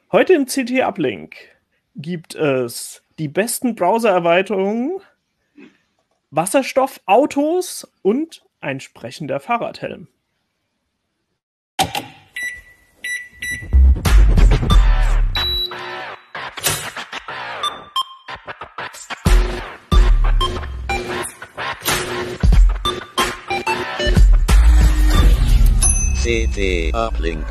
Heute im CT-Uplink gibt es die besten Browser-Erweiterungen, Wasserstoffautos und ein sprechender Fahrradhelm. CT-Uplink.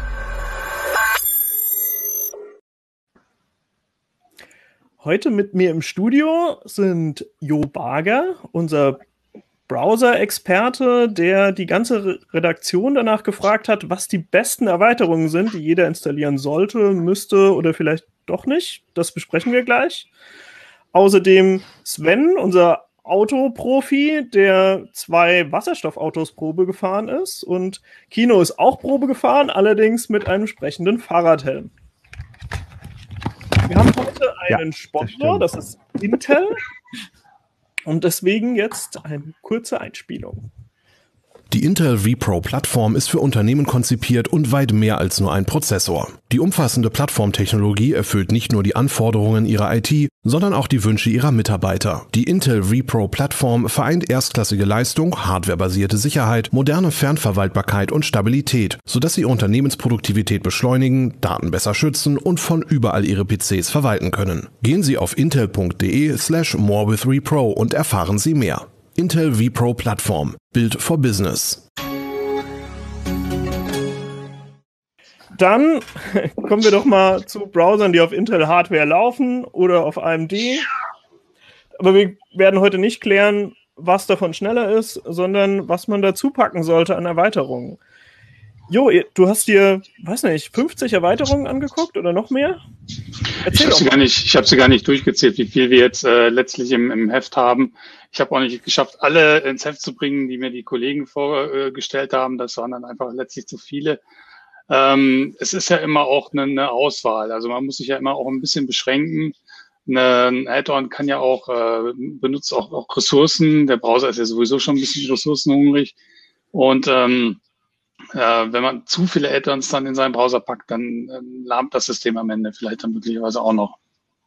Heute mit mir im Studio sind Jo Barger, unser Browser-Experte, der die ganze Redaktion danach gefragt hat, was die besten Erweiterungen sind, die jeder installieren sollte, müsste oder vielleicht doch nicht. Das besprechen wir gleich. Außerdem Sven, unser Autoprofi, der 2 Wasserstoffautos Probe gefahren ist. Und Kino ist auch Probe gefahren, allerdings mit einem sprechenden Fahrradhelm. Wir haben heute einen Sponsor, das ist Intel. Und deswegen jetzt eine kurze Einspielung. Die Intel vPro-Plattform ist für Unternehmen konzipiert und weit mehr als nur ein Prozessor. Die umfassende Plattformtechnologie erfüllt nicht nur die Anforderungen ihrer IT, sondern auch die Wünsche ihrer Mitarbeiter. Die Intel vPro-Plattform vereint erstklassige Leistung, hardwarebasierte Sicherheit, moderne Fernverwaltbarkeit und Stabilität, sodass sie ihre Unternehmensproduktivität beschleunigen, Daten besser schützen und von überall ihre PCs verwalten können. Gehen Sie auf intel.de/morewithvPro und erfahren Sie mehr. Intel vPro Plattform. Built for Business. Dann kommen wir doch mal zu Browsern, die auf Intel-Hardware laufen oder auf AMD. Aber wir werden heute nicht klären, was davon schneller ist, sondern was man dazu packen sollte an Erweiterungen. Jo, du hast dir, 50 Erweiterungen angeguckt oder noch mehr? Ich habe sie gar nicht durchgezählt, wie viel wir jetzt letztlich im Heft haben. Ich habe auch nicht geschafft, alle ins Heft zu bringen, die mir die Kollegen vorgestellt haben. Das waren dann einfach letztlich zu viele. Es ist ja immer auch eine Auswahl. Also man muss sich ja immer auch ein bisschen beschränken. Ein Add-on kann ja auch, benutzt auch Ressourcen. Der Browser ist ja sowieso schon ein bisschen ressourcenhungrig. Und wenn man zu viele Add-ons dann in seinen Browser packt, dann lahmt das System am Ende vielleicht dann möglicherweise auch noch.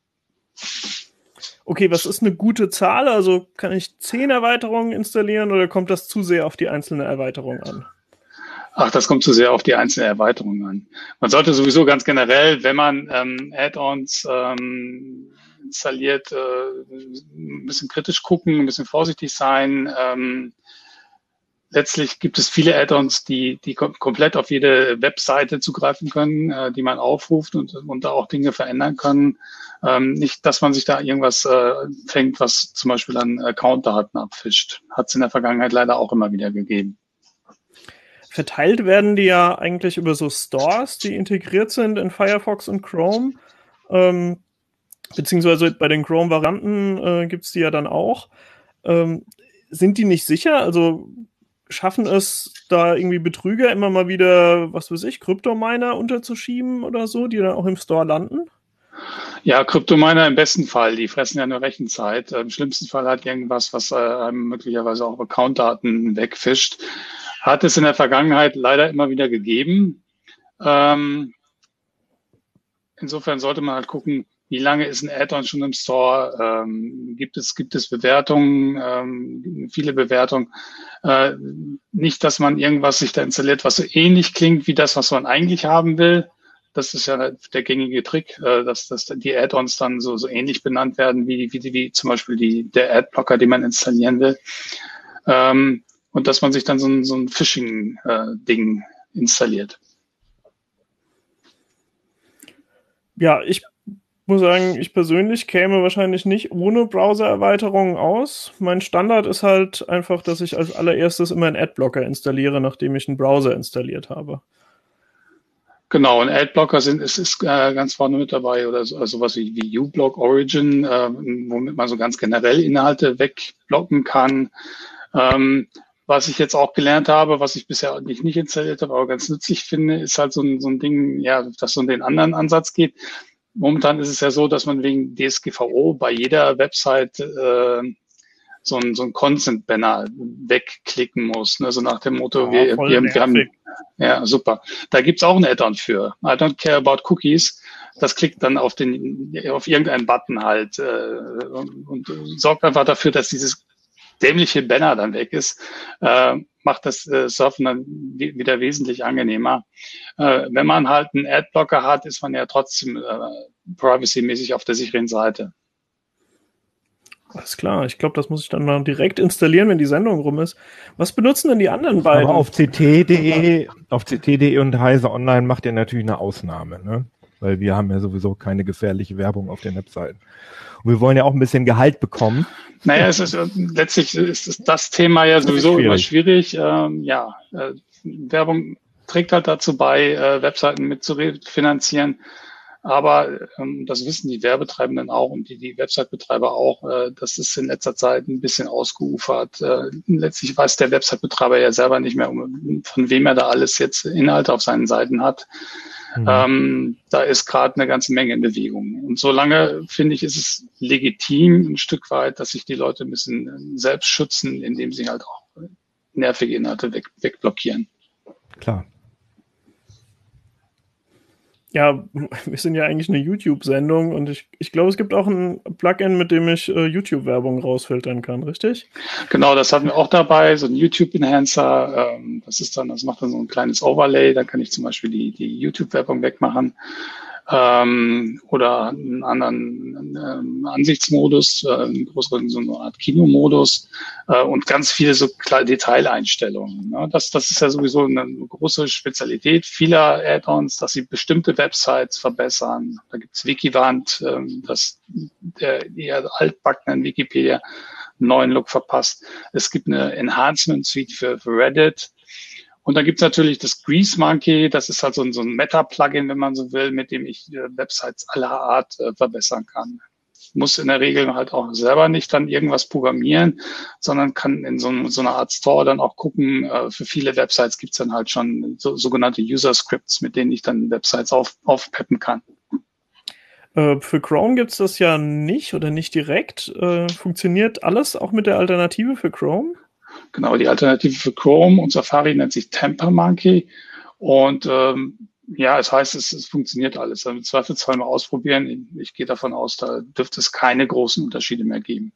Okay, was ist eine gute Zahl? Also kann ich 10 Erweiterungen installieren oder kommt das zu sehr auf die einzelne Erweiterung an? Ach, das kommt zu sehr auf die einzelne Erweiterung an. Man sollte sowieso ganz generell, wenn man Add-ons installiert, ein bisschen kritisch gucken, ein bisschen vorsichtig sein. Letztlich gibt es viele Add-ons, die komplett auf jede Webseite zugreifen können, die man aufruft und da auch Dinge verändern kann. Nicht, dass man sich da irgendwas fängt, was zum Beispiel an Account-Daten abfischt. Hat es in der Vergangenheit leider auch immer wieder gegeben. Verteilt werden die ja eigentlich über so Stores, die integriert sind in Firefox und Chrome. Beziehungsweise bei den Chrome-Varianten gibt es die ja dann auch. Sind die nicht sicher? Also schaffen es da irgendwie Betrüger immer mal wieder, Kryptominer unterzuschieben oder so, die dann auch im Store landen? Ja, Kryptominer im besten Fall, die fressen ja nur Rechenzeit. Im schlimmsten Fall hat irgendwas, was einem möglicherweise auch Accountdaten wegfischt. Hat es in der Vergangenheit leider immer wieder gegeben. Insofern sollte man halt gucken, wie lange ist ein Add-on schon im Store? Gibt es Bewertungen, viele Bewertungen? Nicht, dass man irgendwas sich da installiert, was so ähnlich klingt wie das, was man eigentlich haben will. Das ist ja der gängige Trick, dass die Add-ons dann so ähnlich benannt werden wie zum Beispiel der Adblocker, den man installieren will. Und dass man sich dann so ein Phishing-Ding installiert. Ja, ich muss sagen, ich persönlich käme wahrscheinlich nicht ohne Browser-Erweiterungen aus. Mein Standard ist halt einfach, dass ich als allererstes immer einen Adblocker installiere, nachdem ich einen Browser installiert habe. Genau, und Adblocker ist ganz vorne mit dabei oder sowas wie uBlock Origin, womit man so ganz generell Inhalte wegblocken kann. Was ich jetzt auch gelernt habe, was ich bisher nicht installiert habe, aber ganz nützlich finde, ist halt so ein Ding, ja, das so den anderen Ansatz geht. Momentan ist es ja so, dass man wegen DSGVO bei jeder Website so ein Consent-Banner wegklicken muss. Ne? So nach dem Motto, wir haben, ja, super. Da gibt's auch ein Add-on für. I don't care about cookies. das klickt dann auf irgendeinen Button halt und sorgt einfach dafür, dass dieses dämliche Banner dann weg ist, macht das Surfen dann wieder wesentlich angenehmer. Wenn man halt einen Adblocker hat, ist man ja trotzdem privacy-mäßig auf der sicheren Seite. Alles klar, ich glaube, das muss ich dann mal direkt installieren, wenn die Sendung rum ist. Was benutzen denn die anderen beiden? Aber auf ct.de und Heise Online macht ihr natürlich eine Ausnahme, ne? Weil wir haben ja sowieso keine gefährliche Werbung auf den Webseiten. Und wir wollen ja auch ein bisschen Gehalt bekommen. Naja, letztlich ist das Thema ja sowieso immer schwierig. Werbung trägt halt dazu bei, Webseiten mitzufinanzieren. Aber das wissen die Werbetreibenden auch und die Website-Betreiber auch. Das ist in letzter Zeit ein bisschen ausgeufert. Letztlich weiß der Website-Betreiber ja selber nicht mehr, von wem er da alles jetzt Inhalte auf seinen Seiten hat. Da ist gerade eine ganze Menge in Bewegung. Und solange, finde ich, ist es legitim ein Stück weit, dass sich die Leute ein bisschen selbst schützen, indem sie halt auch nervige Inhalte wegblockieren. Klar. Ja, wir sind ja eigentlich eine YouTube-Sendung und ich glaube, es gibt auch ein Plugin, mit dem ich YouTube-Werbung rausfiltern kann, richtig? Genau, das hatten wir auch dabei, so ein YouTube-Enhancer. Das macht dann so ein kleines Overlay, dann kann ich zum Beispiel die YouTube-Werbung wegmachen. Oder einen anderen Ansichtsmodus, einen größeren, so eine Art Kinomodus und ganz viele so Detaileinstellungen. Ne? Das ist ja sowieso eine große Spezialität vieler Add-ons, dass sie bestimmte Websites verbessern. Da gibt's Wikivant, dass der eher altbackenen Wikipedia einen neuen Look verpasst. Es gibt eine Enhancement Suite für Reddit. Und dann gibt's natürlich das Grease Monkey, das ist halt so ein Meta-Plugin, wenn man so will, mit dem ich Websites aller Art verbessern kann. Ich muss in der Regel halt auch selber nicht dann irgendwas programmieren, sondern kann in so einer Art Store dann auch gucken, für viele Websites gibt's dann halt schon sogenannte User-Scripts, mit denen ich dann Websites aufpeppen kann. Für Chrome gibt's das ja nicht oder nicht direkt. Funktioniert alles auch mit der Alternative für Chrome? Genau, die Alternative für Chrome und Safari nennt sich Temper Monkey. Und es heißt, es funktioniert alles. Also im Zweifelsfall mal ausprobieren. Ich gehe davon aus, da dürfte es keine großen Unterschiede mehr geben.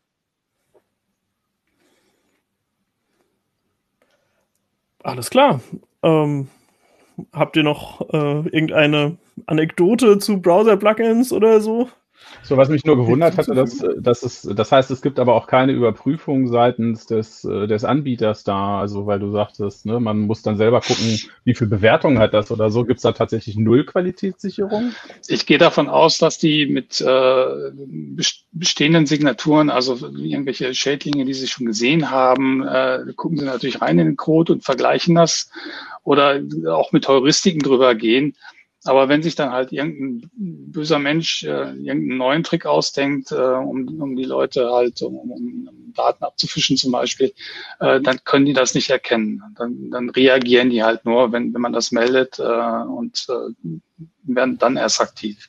Alles klar. Habt ihr noch irgendeine Anekdote zu Browser-Plugins oder so? So, was mich nur gewundert hatte, das heißt, es gibt aber auch keine Überprüfung seitens des Anbieters da, also weil du sagtest, ne, man muss dann selber gucken, wie viel Bewertung hat das oder so. Gibt es da tatsächlich null Qualitätssicherung? Ich gehe davon aus, dass die mit bestehenden Signaturen, also irgendwelche Schädlinge, die sie schon gesehen haben, gucken sie natürlich rein in den Code und vergleichen das oder auch mit Heuristiken drüber gehen. Aber wenn sich dann halt irgendein böser Mensch irgendeinen neuen Trick ausdenkt, um die Leute halt, um Daten abzufischen zum Beispiel, dann können die das nicht erkennen. Dann reagieren die halt nur, wenn man das meldet und werden dann erst aktiv.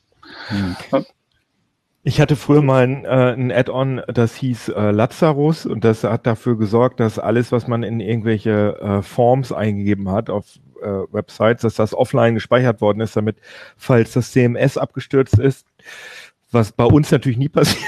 Ich hatte früher mal ein Add-on, das hieß Lazarus und das hat dafür gesorgt, dass alles, was man in irgendwelche Forms eingegeben hat auf Websites, dass das offline gespeichert worden ist, damit, falls das CMS abgestürzt ist, was bei uns natürlich nie passiert,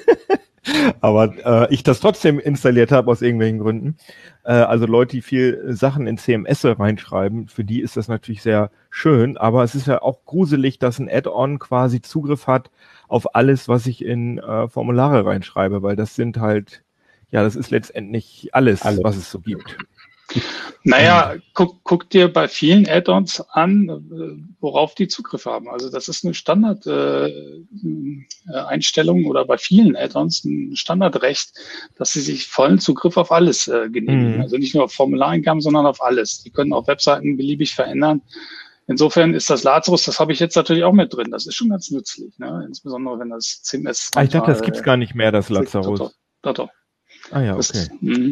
aber ich das trotzdem installiert habe aus irgendwelchen Gründen. Also Leute, die viel Sachen in CMS reinschreiben, für die ist das natürlich sehr schön, aber es ist ja auch gruselig, dass ein Add-on quasi Zugriff hat auf alles, was ich in Formulare reinschreibe, weil das sind halt, ja, das ist letztendlich alles. Was es so gibt. Naja, guck dir bei vielen Add-ons an, worauf die Zugriff haben. Also das ist eine Standard-Einstellung oder bei vielen Add-ons ein Standardrecht, dass sie sich vollen Zugriff auf alles genehmigen. Also nicht nur auf Formulareingaben, sondern auf alles. Die können auch Webseiten beliebig verändern. Insofern ist das Lazarus, das habe ich jetzt natürlich auch mit drin. Das ist schon ganz nützlich, ne? Insbesondere wenn das CMS... Ich dachte, das gibt's gar nicht mehr, das Lazarus. Doch. Ah ja, okay.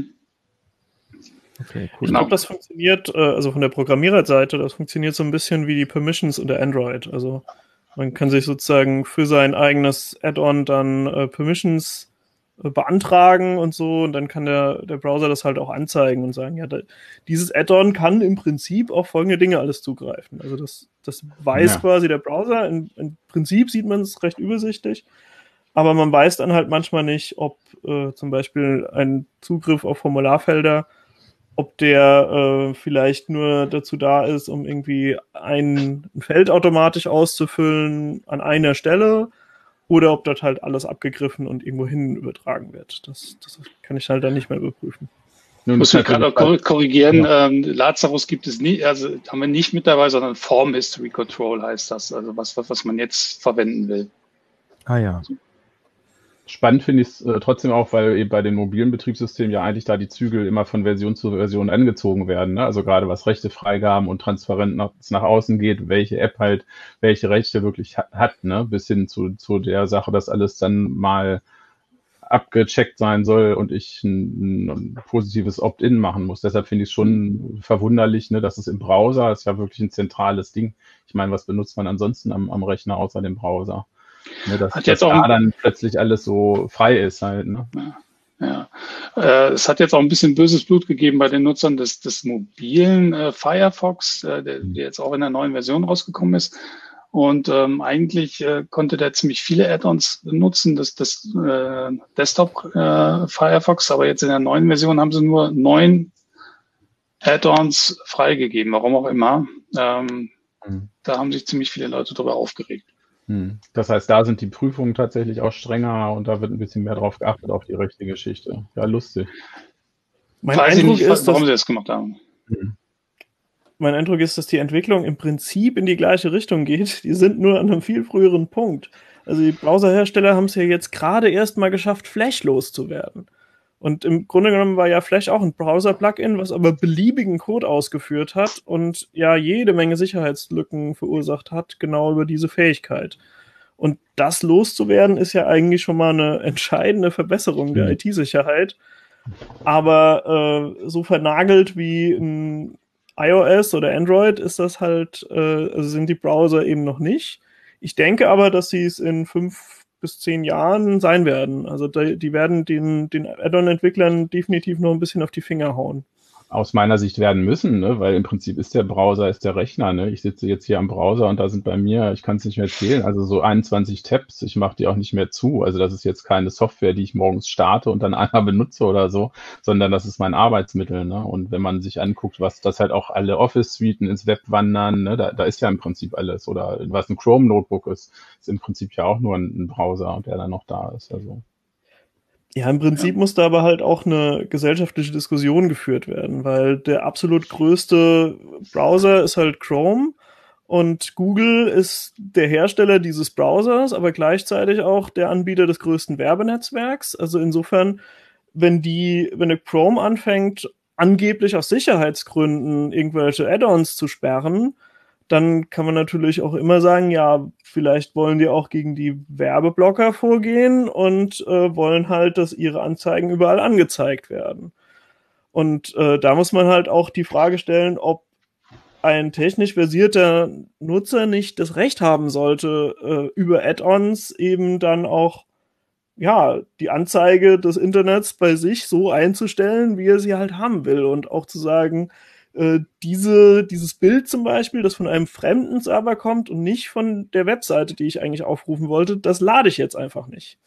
Okay, cool. Ich glaube, das funktioniert, also von der Programmiererseite, das funktioniert so ein bisschen wie die Permissions unter Android. Also man kann sich sozusagen für sein eigenes Add-on dann Permissions beantragen und so, und dann kann der Browser das halt auch anzeigen und sagen, ja, dieses Add-on kann im Prinzip auf folgende Dinge alles zugreifen. Also das weiß quasi der Browser. Im Prinzip sieht man es recht übersichtlich, aber man weiß dann halt manchmal nicht, ob zum Beispiel ein Zugriff auf Formularfelder, ob der vielleicht nur dazu da ist, um irgendwie ein Feld automatisch auszufüllen an einer Stelle, oder ob dort halt alles abgegriffen und irgendwo hin übertragen wird. Das kann ich halt dann nicht mehr überprüfen. Nun muss ich gerade korrigieren. Lazarus gibt es nie, also haben wir nicht mit dabei, sondern Form History Control heißt das, also was man jetzt verwenden will. Ah ja. Spannend finde ich es trotzdem auch, weil eben bei den mobilen Betriebssystemen ja eigentlich da die Zügel immer von Version zu Version angezogen werden. Ne? Also gerade was Rechtefreigaben und transparent nach außen geht, welche App halt welche Rechte wirklich hat, ne? Bis hin zu der Sache, dass alles dann mal abgecheckt sein soll und ich ein positives Opt-in machen muss. Deshalb finde ich es schon verwunderlich, ne, dass es im Browser ist ja wirklich ein zentrales Ding. Ich meine, was benutzt man ansonsten am Rechner außer dem Browser? Ne, dass da dann plötzlich alles so frei ist halt. Ne? Ja. Es hat jetzt auch ein bisschen böses Blut gegeben bei den Nutzern des mobilen Firefox, der jetzt auch in der neuen Version rausgekommen ist. Und eigentlich konnte der ziemlich viele Add-ons nutzen, das Desktop Firefox, aber jetzt in der neuen Version haben sie nur 9 Add-ons freigegeben, warum auch immer. Da haben sich ziemlich viele Leute darüber aufgeregt. Das heißt, da sind die Prüfungen tatsächlich auch strenger und da wird ein bisschen mehr drauf geachtet, auf die rechte Geschichte. Ja, lustig. Mein Eindruck ist, warum sie das gemacht haben. Mein Eindruck ist, dass die Entwicklung im Prinzip in die gleiche Richtung geht. Die sind nur an einem viel früheren Punkt. Also die Browserhersteller haben es ja jetzt gerade erst mal geschafft, Flash loszuwerden. Und im Grunde genommen war ja Flash auch ein Browser-Plugin, was aber beliebigen Code ausgeführt hat und ja jede Menge Sicherheitslücken verursacht hat, genau über diese Fähigkeit. Und das loszuwerden ist ja eigentlich schon mal eine entscheidende Verbesserung der IT-Sicherheit. Aber so vernagelt wie ein iOS oder Android ist das halt, also sind die Browser eben noch nicht. Ich denke aber, dass sie es in 5 bis 10 Jahren sein werden. Also die werden den Add-on-Entwicklern definitiv noch ein bisschen auf die Finger hauen. Aus meiner Sicht werden müssen, ne? Weil im Prinzip ist der Browser, ist der Rechner. Ne? Ich sitze jetzt hier am Browser und da sind bei mir, ich kann es nicht mehr zählen, also so 21 Tabs, ich mache die auch nicht mehr zu. Also das ist jetzt keine Software, die ich morgens starte und dann einmal benutze oder so, sondern das ist mein Arbeitsmittel. Ne? Und wenn man sich anguckt, was das halt auch alle Office-Suiten ins Web wandern, ne? Da ist ja im Prinzip alles. Oder was ein Chrome-Notebook ist im Prinzip ja auch nur ein Browser, der dann noch da ist. Also. Ja, im Prinzip muss da aber halt auch eine gesellschaftliche Diskussion geführt werden, weil der absolut größte Browser ist halt Chrome und Google ist der Hersteller dieses Browsers, aber gleichzeitig auch der Anbieter des größten Werbenetzwerks. Also insofern, wenn der Chrome anfängt, angeblich aus Sicherheitsgründen irgendwelche Add-ons zu sperren, dann kann man natürlich auch immer sagen, ja, vielleicht wollen die auch gegen die Werbeblocker vorgehen und wollen halt, dass ihre Anzeigen überall angezeigt werden. Und da muss man halt auch die Frage stellen, ob ein technisch versierter Nutzer nicht das Recht haben sollte, über Add-ons eben dann auch ja, die Anzeige des Internets bei sich so einzustellen, wie er sie halt haben will und auch zu sagen, dieses Bild zum Beispiel, das von einem fremden Server kommt und nicht von der Webseite, die ich eigentlich aufrufen wollte, das lade ich jetzt einfach nicht.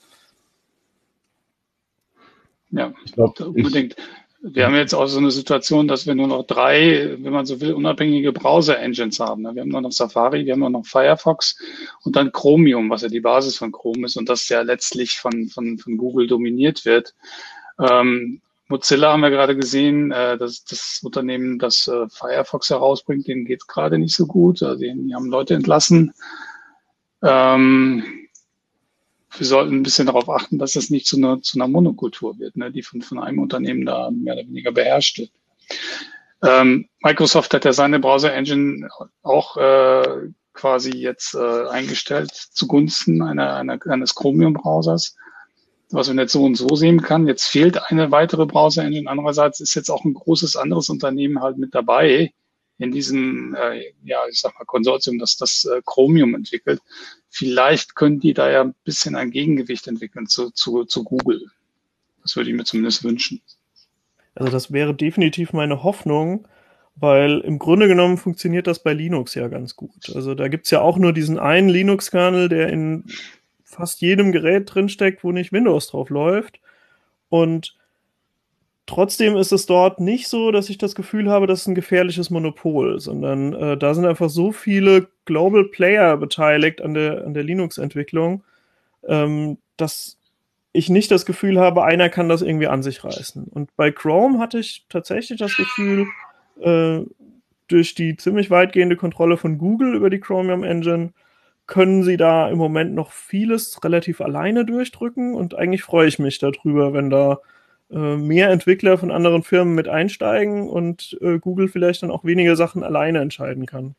Ja, ich glaube unbedingt. Wir haben jetzt auch so eine Situation, dass wir nur noch 3, wenn man so will, unabhängige Browser-Engines haben. Wir haben nur noch Safari, wir haben nur noch Firefox und dann Chromium, was ja die Basis von Chrome ist und das ja letztlich von Google dominiert wird. Mozilla haben wir gerade gesehen, das Unternehmen, das Firefox herausbringt, denen geht es gerade nicht so gut. Also die haben Leute entlassen. Wir sollten ein bisschen darauf achten, dass das nicht zu einer Monokultur wird, ne, die von einem Unternehmen da mehr oder weniger beherrscht wird. Microsoft hat ja seine Browser-Engine auch quasi jetzt eingestellt zugunsten eines Chromium-Browsers, was man jetzt so und so sehen kann. Jetzt fehlt eine weitere Browser-Engine. Andererseits ist jetzt auch ein großes anderes Unternehmen halt mit dabei in diesem, Konsortium, das Chromium entwickelt. Vielleicht können die da ja ein bisschen ein Gegengewicht entwickeln zu Google. Das würde ich mir zumindest wünschen. Also das wäre definitiv meine Hoffnung, weil im Grunde genommen funktioniert das bei Linux ja ganz gut. Also da gibt's ja auch nur diesen einen Linux-Kernel, der in fast jedem Gerät drinsteckt, wo nicht Windows drauf läuft. Und trotzdem ist es dort nicht so, dass ich das Gefühl habe, das ist ein gefährliches Monopol, sondern da sind einfach so viele Global Player beteiligt an der Linux-Entwicklung, dass ich nicht das Gefühl habe, einer kann das irgendwie an sich reißen. Und bei Chrome hatte ich tatsächlich das Gefühl, durch die ziemlich weitgehende Kontrolle von Google über die Chromium Engine können sie da im Moment noch vieles relativ alleine durchdrücken und eigentlich freue ich mich darüber, wenn da mehr Entwickler von anderen Firmen mit einsteigen und Google vielleicht dann auch weniger Sachen alleine entscheiden kann.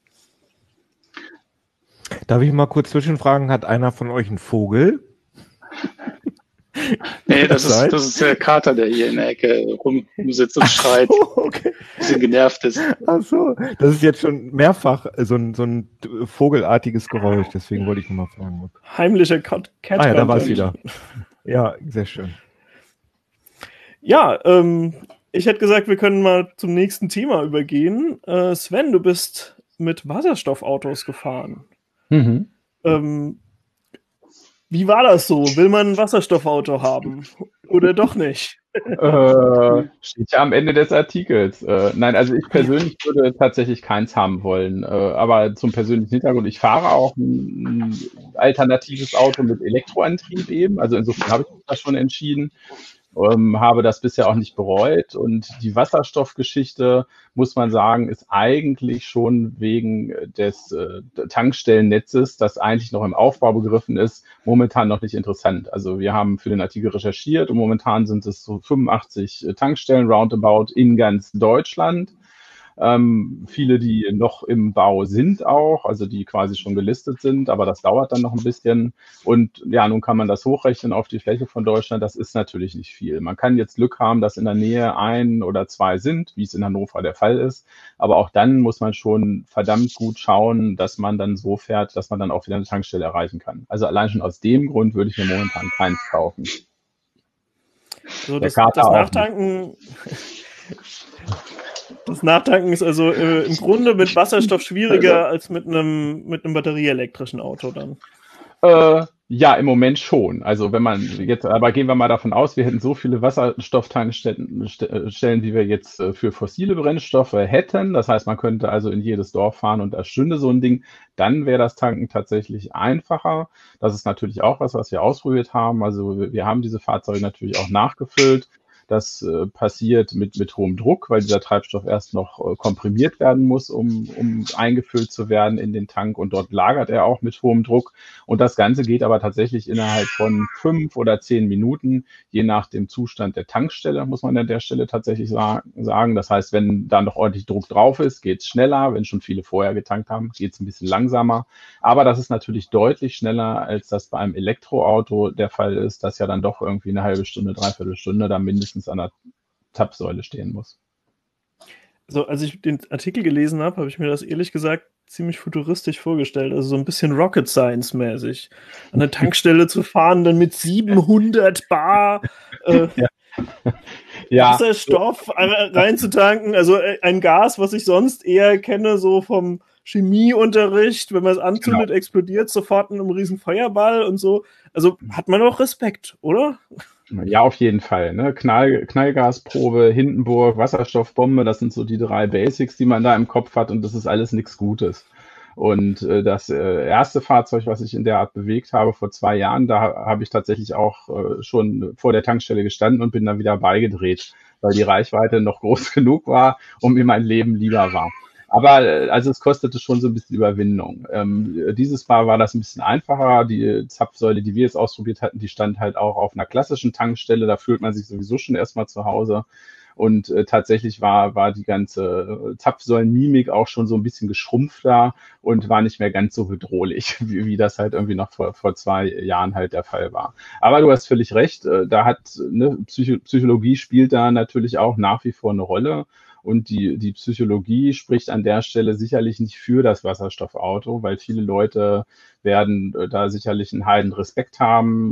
Darf ich mal kurz zwischenfragen, hat einer von euch einen Vogel? Nee, das ist der Kater, der hier in der Ecke rumsitzt und schreit. Okay. Ein bisschen genervt ist. Ach so, das ist jetzt schon mehrfach so ein vogelartiges Geräusch, deswegen wollte ich nochmal fragen. Heimlicher Cat. Ja, da war es wieder. Ja, sehr schön. Ja, ich hätte gesagt, wir können mal zum nächsten Thema übergehen. Sven, du bist mit Wasserstoffautos gefahren. Mhm. Wie war das so? Will man ein Wasserstoffauto haben? Oder doch nicht? Steht ja am Ende des Artikels. Nein, also ich persönlich würde tatsächlich keins haben wollen. Aber zum persönlichen Hintergrund, ich fahre auch ein alternatives Auto mit Elektroantrieb eben. Also insofern habe ich mich da schon entschieden. Habe das bisher auch nicht bereut. Und die Wasserstoffgeschichte, muss man sagen, ist eigentlich schon wegen des Tankstellennetzes, das eigentlich noch im Aufbau begriffen ist, momentan noch nicht interessant. Also wir haben für den Artikel recherchiert und momentan sind es so 85 Tankstellen roundabout in ganz Deutschland. Viele, die noch im Bau sind auch, also die quasi schon gelistet sind, aber das dauert dann noch ein bisschen. Und ja, nun kann man das hochrechnen auf die Fläche von Deutschland. Das ist natürlich nicht viel. Man kann jetzt Glück haben, dass in der Nähe 1 oder 2 sind, wie es in Hannover der Fall ist. Aber auch dann muss man schon verdammt gut schauen, dass man dann so fährt, dass man dann auch wieder eine Tankstelle erreichen kann. Also allein schon aus dem Grund würde ich mir momentan keins kaufen. So, das Nachtanken... Das Nachtanken ist also im Grunde mit Wasserstoff schwieriger als mit einem batterieelektrischen Auto dann. Ja, im Moment schon. Also wenn man jetzt, aber gehen wir mal davon aus, wir hätten so viele Wasserstofftankstellen, wie wir jetzt für fossile Brennstoffe hätten. Das heißt, man könnte also in jedes Dorf fahren und da stünde so ein Ding. Dann wäre das Tanken tatsächlich einfacher. Das ist natürlich auch was wir ausprobiert haben. Also wir haben diese Fahrzeuge natürlich auch nachgefüllt. Das passiert mit hohem Druck, weil dieser Treibstoff erst noch komprimiert werden muss, um eingefüllt zu werden in den Tank. Und dort lagert er auch mit hohem Druck. Und das Ganze geht aber tatsächlich innerhalb von 5 oder 10 Minuten, je nach dem Zustand der Tankstelle, muss man an der Stelle tatsächlich sagen. Das heißt, wenn da noch ordentlich Druck drauf ist, geht es schneller. Wenn schon viele vorher getankt haben, geht es ein bisschen langsamer. Aber das ist natürlich deutlich schneller, als das bei einem Elektroauto der Fall ist, das ja dann doch irgendwie eine halbe Stunde, dreiviertel Stunde da mindestens an der Zapfsäule stehen muss. Also, als ich den Artikel gelesen habe, habe ich mir das ehrlich gesagt ziemlich futuristisch vorgestellt. Also so ein bisschen Rocket Science mäßig. An der Tankstelle zu fahren, dann mit 700 Bar Wasserstoff reinzutanken. Also ein Gas, was ich sonst eher kenne, so vom Chemieunterricht. Wenn man es anzündet, explodiert sofort in einem riesen Feuerball und so. Also hat man auch Respekt, oder? Ja, auf jeden Fall. Ne? Knallgasprobe, Hindenburg, Wasserstoffbombe, das sind so die 3 Basics, die man da im Kopf hat und das ist alles nichts Gutes. Und das erste Fahrzeug, was ich in der Art bewegt habe vor 2 Jahren, da habe ich tatsächlich auch schon vor der Tankstelle gestanden und bin dann wieder beigedreht, weil die Reichweite noch groß genug war und mir mein Leben lieber war. Aber also es kostete schon so ein bisschen Überwindung. Dieses Mal war das ein bisschen einfacher. Die Zapfsäule, die wir jetzt ausprobiert hatten, die stand halt auch auf einer klassischen Tankstelle. Da fühlt man sich sowieso schon erstmal zu Hause. Und tatsächlich war die ganze Zapfsäulenmimik auch schon so ein bisschen geschrumpfter und war nicht mehr ganz so bedrohlich, wie das halt irgendwie noch vor 2 Jahren halt der Fall war. Aber du hast völlig recht, da hat Psychologie spielt da natürlich auch nach wie vor eine Rolle. Und die Psychologie spricht an der Stelle sicherlich nicht für das Wasserstoffauto, weil viele Leute werden da sicherlich einen heiden Respekt haben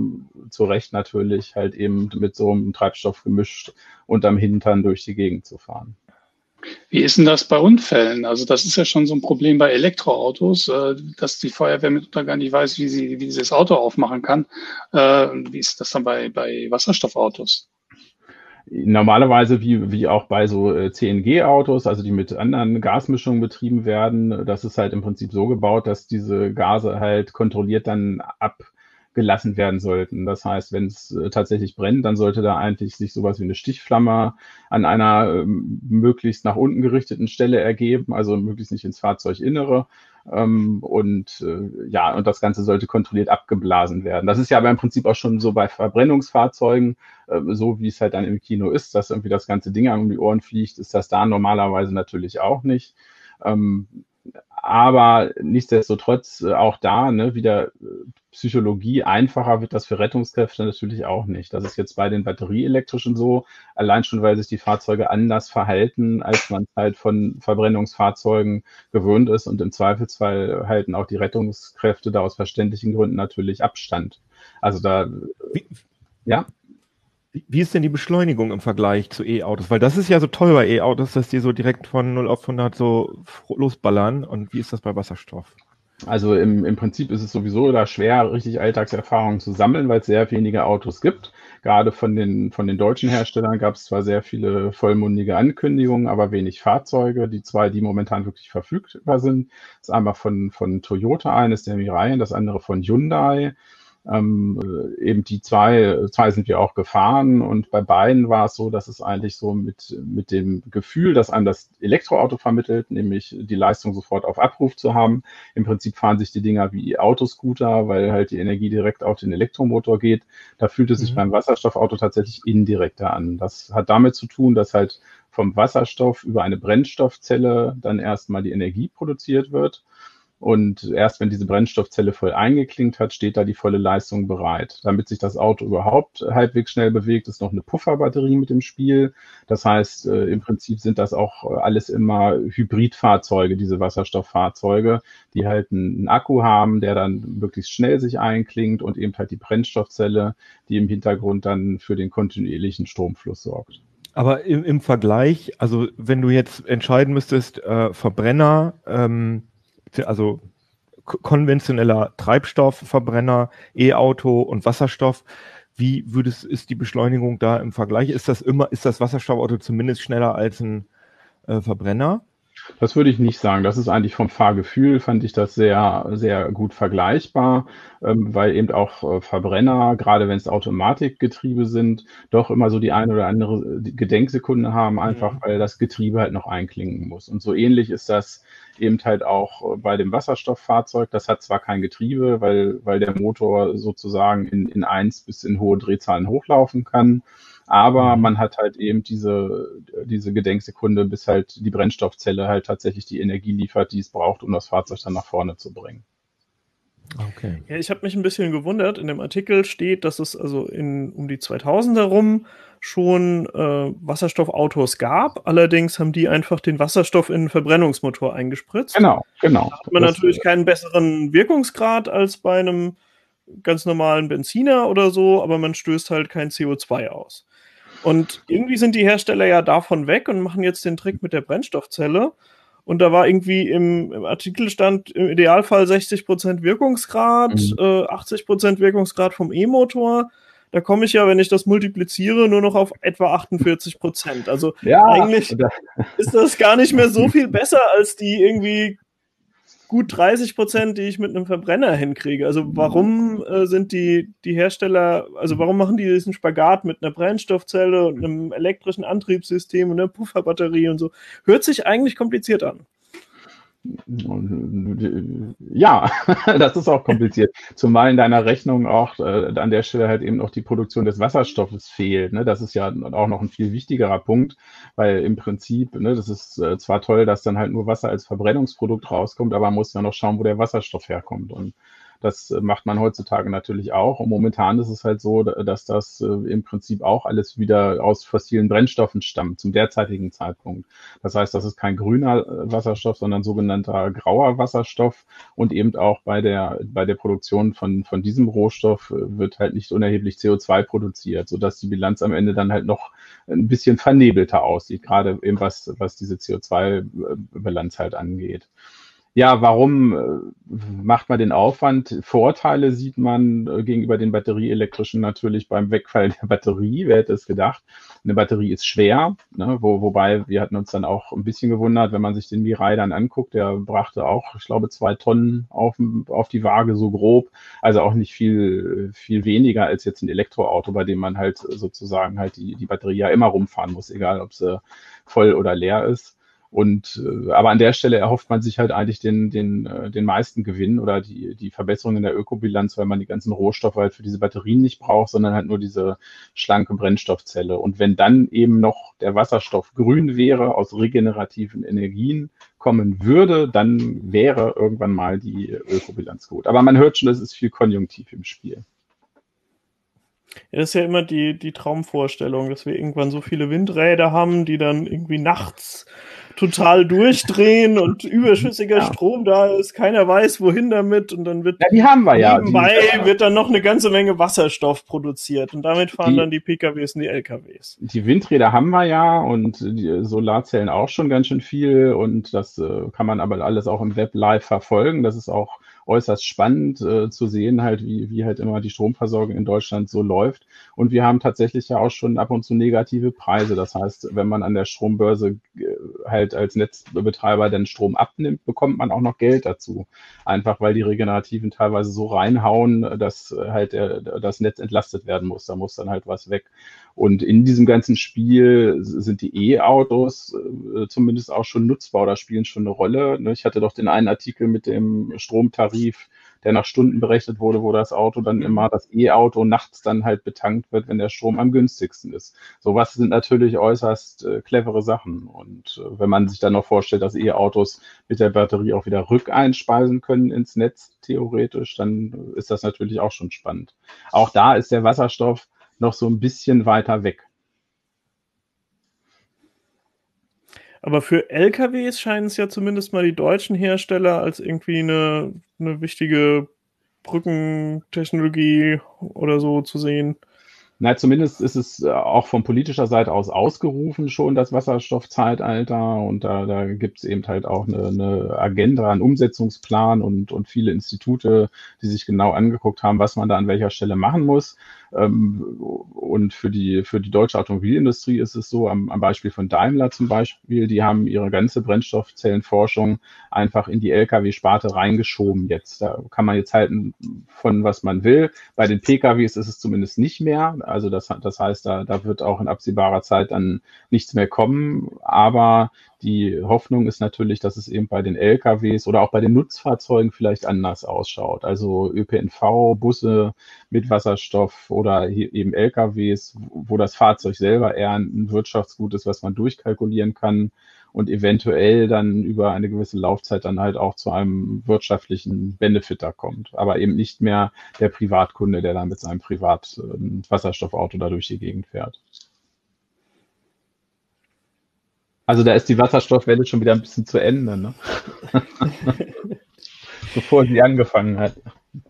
zu Recht natürlich halt eben mit so einem Treibstoff gemischt unterm Hintern durch die Gegend zu fahren. Wie ist denn das bei Unfällen? Also das ist ja schon so ein Problem bei Elektroautos, dass die Feuerwehr mitunter gar nicht weiß, wie sie das Auto aufmachen kann. Wie ist das dann bei Wasserstoffautos? Normalerweise wie auch bei so CNG-Autos, also die mit anderen Gasmischungen betrieben werden, das ist halt im Prinzip so gebaut, dass diese Gase halt kontrolliert dann abgelassen werden sollten. Das heißt, wenn es tatsächlich brennt, dann sollte da eigentlich sich sowas wie eine Stichflamme an einer möglichst nach unten gerichteten Stelle ergeben, also möglichst nicht ins Fahrzeuginnere. Und das Ganze sollte kontrolliert abgeblasen werden. Das ist ja aber im Prinzip auch schon so bei Verbrennungsfahrzeugen, so wie es halt dann im Kino ist, dass irgendwie das ganze Ding um die Ohren fliegt, ist das da normalerweise natürlich auch nicht. Aber nichtsdestotrotz auch da wieder Psychologie, einfacher wird das für Rettungskräfte natürlich auch nicht. Das ist jetzt bei den batterieelektrischen so, allein schon, weil sich die Fahrzeuge anders verhalten, als man halt von Verbrennungsfahrzeugen gewöhnt ist, und im Zweifelsfall halten auch die Rettungskräfte da aus verständlichen Gründen natürlich Abstand. Also da, ja. Wie ist denn die Beschleunigung im Vergleich zu E-Autos? Weil das ist ja so toll bei E-Autos, dass die so direkt von 0 auf 100 so losballern. Und wie ist das bei Wasserstoff? Also im Prinzip ist es sowieso da schwer, richtig Alltagserfahrungen zu sammeln, weil es sehr wenige Autos gibt. Gerade von den deutschen Herstellern gab es zwar sehr viele vollmundige Ankündigungen, aber wenig Fahrzeuge. Die zwei, die momentan wirklich verfügbar sind, ist einmal von Toyota eines, der Mirai, und das andere von Hyundai. Eben die zwei sind wir auch gefahren, und bei beiden war es so, dass es eigentlich so mit dem Gefühl, dass einem das Elektroauto vermittelt, nämlich die Leistung sofort auf Abruf zu haben. Im Prinzip fahren sich die Dinger wie Autoscooter, weil halt die Energie direkt auf den Elektromotor geht. Da fühlt es sich beim Wasserstoffauto tatsächlich indirekter an. Das hat damit zu tun, dass halt vom Wasserstoff über eine Brennstoffzelle dann erstmal die Energie produziert wird. Und erst wenn diese Brennstoffzelle voll eingeklinkt hat, steht da die volle Leistung bereit. Damit sich das Auto überhaupt halbwegs schnell bewegt, ist noch eine Pufferbatterie mit im Spiel. Das heißt, im Prinzip sind das auch alles immer Hybridfahrzeuge, diese Wasserstofffahrzeuge, die halt einen Akku haben, der dann möglichst schnell sich einklingt, und eben halt die Brennstoffzelle, die im Hintergrund dann für den kontinuierlichen Stromfluss sorgt. Aber im Vergleich, also wenn du jetzt entscheiden müsstest, Verbrenner, also konventioneller Treibstoffverbrenner, E-Auto und Wasserstoff, wie ist die Beschleunigung da im Vergleich? Ist das Wasserstoffauto zumindest schneller als ein Verbrenner? Das würde ich nicht sagen. Das ist eigentlich vom Fahrgefühl, fand ich das sehr, sehr gut vergleichbar, weil eben auch Verbrenner, gerade wenn es Automatikgetriebe sind, doch immer so die eine oder andere Gedenksekunde haben, einfach weil das Getriebe halt noch einklingen muss. Und so ähnlich ist das eben halt auch bei dem Wasserstofffahrzeug. Das hat zwar kein Getriebe, weil der Motor sozusagen in 1 bis in hohe Drehzahlen hochlaufen kann. Aber man hat halt eben diese Gedenksekunde, bis halt die Brennstoffzelle halt tatsächlich die Energie liefert, die es braucht, um das Fahrzeug dann nach vorne zu bringen. Okay. Ja, ich habe mich ein bisschen gewundert. In dem Artikel steht, dass es also um die 2000 herum schon Wasserstoffautos gab. Allerdings haben die einfach den Wasserstoff in einen Verbrennungsmotor eingespritzt. Genau. Da hat man natürlich keinen besseren Wirkungsgrad als bei einem ganz normalen Benziner oder so, aber man stößt halt kein CO2 aus. Und irgendwie sind die Hersteller ja davon weg und machen jetzt den Trick mit der Brennstoffzelle. Und da war irgendwie im Artikel stand im Idealfall 60% Wirkungsgrad, 80% Wirkungsgrad vom E-Motor. Da komme ich ja, wenn ich das multipliziere, nur noch auf etwa 48%. Also eigentlich ist das gar nicht mehr so viel besser als die irgendwie gut 30%, die ich mit einem Verbrenner hinkriege. Also warum sind die Hersteller, also warum machen die diesen Spagat mit einer Brennstoffzelle und einem elektrischen Antriebssystem und einer Pufferbatterie und so? Hört sich eigentlich kompliziert an. Ja, das ist auch kompliziert. Zumal in deiner Rechnung auch an der Stelle halt eben noch die Produktion des Wasserstoffes fehlt. Ne? Das ist ja auch noch ein viel wichtigerer Punkt, weil im Prinzip, das ist zwar toll, dass dann halt nur Wasser als Verbrennungsprodukt rauskommt, aber man muss ja noch schauen, wo der Wasserstoff herkommt. Und Das macht man heutzutage natürlich auch. Und momentan ist es halt so, dass das im Prinzip auch alles wieder aus fossilen Brennstoffen stammt, zum derzeitigen Zeitpunkt. Das heißt, das ist kein grüner Wasserstoff, sondern sogenannter grauer Wasserstoff. Und eben auch bei der Produktion von diesem Rohstoff wird halt nicht unerheblich CO2 produziert, sodass die Bilanz am Ende dann halt noch ein bisschen vernebelter aussieht, gerade eben was diese CO2-Bilanz halt angeht. Ja, warum macht man den Aufwand? Vorteile sieht man gegenüber den batterieelektrischen natürlich beim Wegfall der Batterie. Wer hätte es gedacht? Eine Batterie ist schwer, ne? Wobei wir hatten uns dann auch ein bisschen gewundert, wenn man sich den Mirai dann anguckt, der brachte auch, ich glaube, 2 Tonnen auf die Waage, so grob. Also auch nicht viel weniger als jetzt ein Elektroauto, bei dem man halt sozusagen halt die Batterie ja immer rumfahren muss, egal ob sie voll oder leer ist. Und aber an der Stelle erhofft man sich halt eigentlich den meisten Gewinn oder die Verbesserung in der Ökobilanz, weil man die ganzen Rohstoffe halt für diese Batterien nicht braucht, sondern halt nur diese schlanke Brennstoffzelle. Und wenn dann eben noch der Wasserstoff grün wäre, aus regenerativen Energien kommen würde, dann wäre irgendwann mal die Ökobilanz gut. Aber man hört schon, es ist viel Konjunktiv im Spiel. Ja, das ist ja immer die Traumvorstellung, dass wir irgendwann so viele Windräder haben, die dann irgendwie nachts total durchdrehen und überschüssiger Strom da ist, keiner weiß, wohin damit, und dann wird die haben wir nebenbei wird dann noch eine ganze Menge Wasserstoff produziert und damit fahren dann die PKWs und die LKWs. Die Windräder haben wir ja und die Solarzellen auch schon ganz schön viel, und das kann man aber alles auch im Web live verfolgen. Das ist auch äußerst spannend zu sehen, halt wie halt immer die Stromversorgung in Deutschland so läuft. Und wir haben tatsächlich ja auch schon ab und zu negative Preise. Das heißt, wenn man an der Strombörse halt als Netzbetreiber den Strom abnimmt, bekommt man auch noch Geld dazu. Einfach weil die Regenerativen teilweise so reinhauen, dass halt das Netz entlastet werden muss. Da muss dann halt was weg. Und in diesem ganzen Spiel sind die E-Autos zumindest auch schon nutzbar oder spielen schon eine Rolle. Ich hatte doch den einen Artikel mit dem Stromtarif, der nach Stunden berechnet wurde, wo das Auto dann immer, das E-Auto nachts dann halt betankt wird, wenn der Strom am günstigsten ist. Sowas sind natürlich äußerst clevere Sachen. Und wenn man sich dann noch vorstellt, dass E-Autos mit der Batterie auch wieder rückeinspeisen können ins Netz, theoretisch, dann ist das natürlich auch schon spannend. Auch da ist der Wasserstoff noch so ein bisschen weiter weg. Aber für LKWs scheinen es ja zumindest mal die deutschen Hersteller als irgendwie eine wichtige Brückentechnologie oder so zu sehen. Na, zumindest ist es auch von politischer Seite aus ausgerufen schon, das Wasserstoffzeitalter. Und da gibt es eben halt auch eine Agenda, einen Umsetzungsplan und viele Institute, die sich genau angeguckt haben, was man da an welcher Stelle machen muss. Und für die deutsche Automobilindustrie ist es so, am Beispiel von Daimler zum Beispiel, die haben ihre ganze Brennstoffzellenforschung einfach in die Lkw-Sparte reingeschoben jetzt. Da kann man jetzt halten von was man will. Bei den PKWs ist es zumindest nicht mehr. Also das heißt, da wird auch in absehbarer Zeit dann nichts mehr kommen. Aber die Hoffnung ist natürlich, dass es eben bei den LKWs oder auch bei den Nutzfahrzeugen vielleicht anders ausschaut. Also ÖPNV, Busse mit Wasserstoff oder eben LKWs, wo das Fahrzeug selber eher ein Wirtschaftsgut ist, was man durchkalkulieren kann und eventuell dann über eine gewisse Laufzeit dann halt auch zu einem wirtschaftlichen Benefit da kommt. Aber eben nicht mehr der Privatkunde, der dann mit seinem Privat-Wasserstoffauto da durch die Gegend fährt. Also da ist die Wasserstoffwelle schon wieder ein bisschen zu Ende, ne? Bevor sie angefangen hat.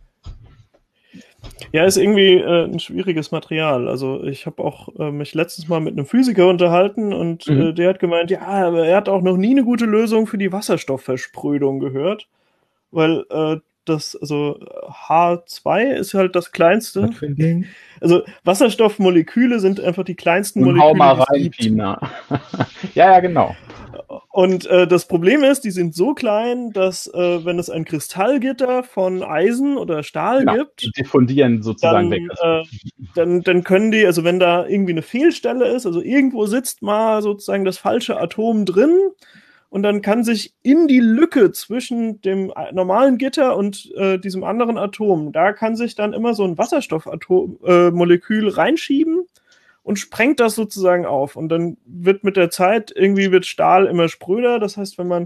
Ja, ist irgendwie ein schwieriges Material. Also ich habe auch mich letztens mal mit einem Physiker unterhalten und der hat gemeint, ja, aber er hat auch noch nie eine gute Lösung für die Wasserstoffversprödung gehört, weil also H2 ist halt das kleinste. Was für ein Ding? Also Wasserstoffmoleküle sind einfach die kleinsten Und Moleküle, hau mal die es rein, gibt. Pina. Ja, genau. Und das Problem ist, die sind so klein, dass wenn es ein Kristallgitter von Eisen oder Stahl gibt, Die diffundieren sozusagen weg. dann können die, also wenn da irgendwie eine Fehlstelle ist, also irgendwo sitzt mal sozusagen das falsche Atom drin, und dann kann sich in die Lücke zwischen dem normalen Gitter und diesem anderen Atom, da kann sich dann immer so ein Wasserstoffatom-Molekül reinschieben und sprengt das sozusagen auf. Und dann wird mit der Zeit wird Stahl immer spröder. Das heißt, wenn man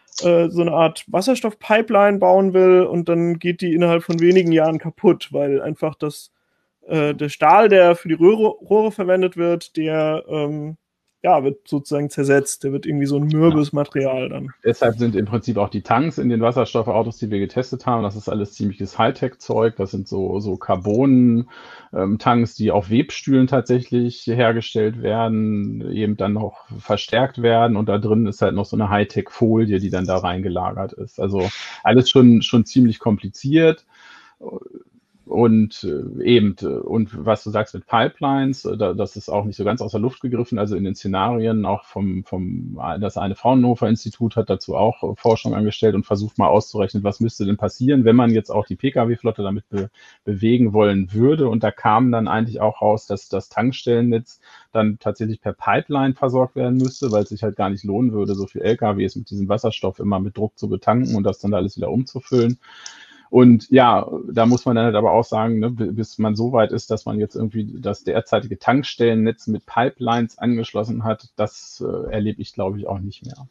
so eine Art Wasserstoffpipeline bauen will und dann geht die innerhalb von wenigen Jahren kaputt, weil einfach der Stahl, der für die Rohre verwendet wird, der wird sozusagen zersetzt. Der wird irgendwie so ein mürbes Material dann. Deshalb sind im Prinzip auch die Tanks in den Wasserstoffautos, die wir getestet haben, das ist alles ziemliches Hightech-Zeug. Das sind so Carbon-Tanks, die auf Webstühlen tatsächlich hergestellt werden, eben dann noch verstärkt werden. Und da drin ist halt noch so eine Hightech-Folie, die dann da reingelagert ist. Also alles schon ziemlich kompliziert. Und und was du sagst mit Pipelines, das ist auch nicht so ganz aus der Luft gegriffen. Also in den Szenarien auch das eine Fraunhofer-Institut hat dazu auch Forschung angestellt und versucht mal auszurechnen, was müsste denn passieren, wenn man jetzt auch die Pkw-Flotte damit bewegen wollen würde. Und da kam dann eigentlich auch raus, dass das Tankstellennetz dann tatsächlich per Pipeline versorgt werden müsste, weil es sich halt gar nicht lohnen würde, so viel LKWs mit diesem Wasserstoff immer mit Druck zu betanken und das dann alles wieder umzufüllen. Und ja, da muss man dann halt aber auch sagen, ne, bis man so weit ist, dass man jetzt irgendwie das derzeitige Tankstellennetz mit Pipelines angeschlossen hat, das erlebe ich, glaube ich, auch nicht mehr.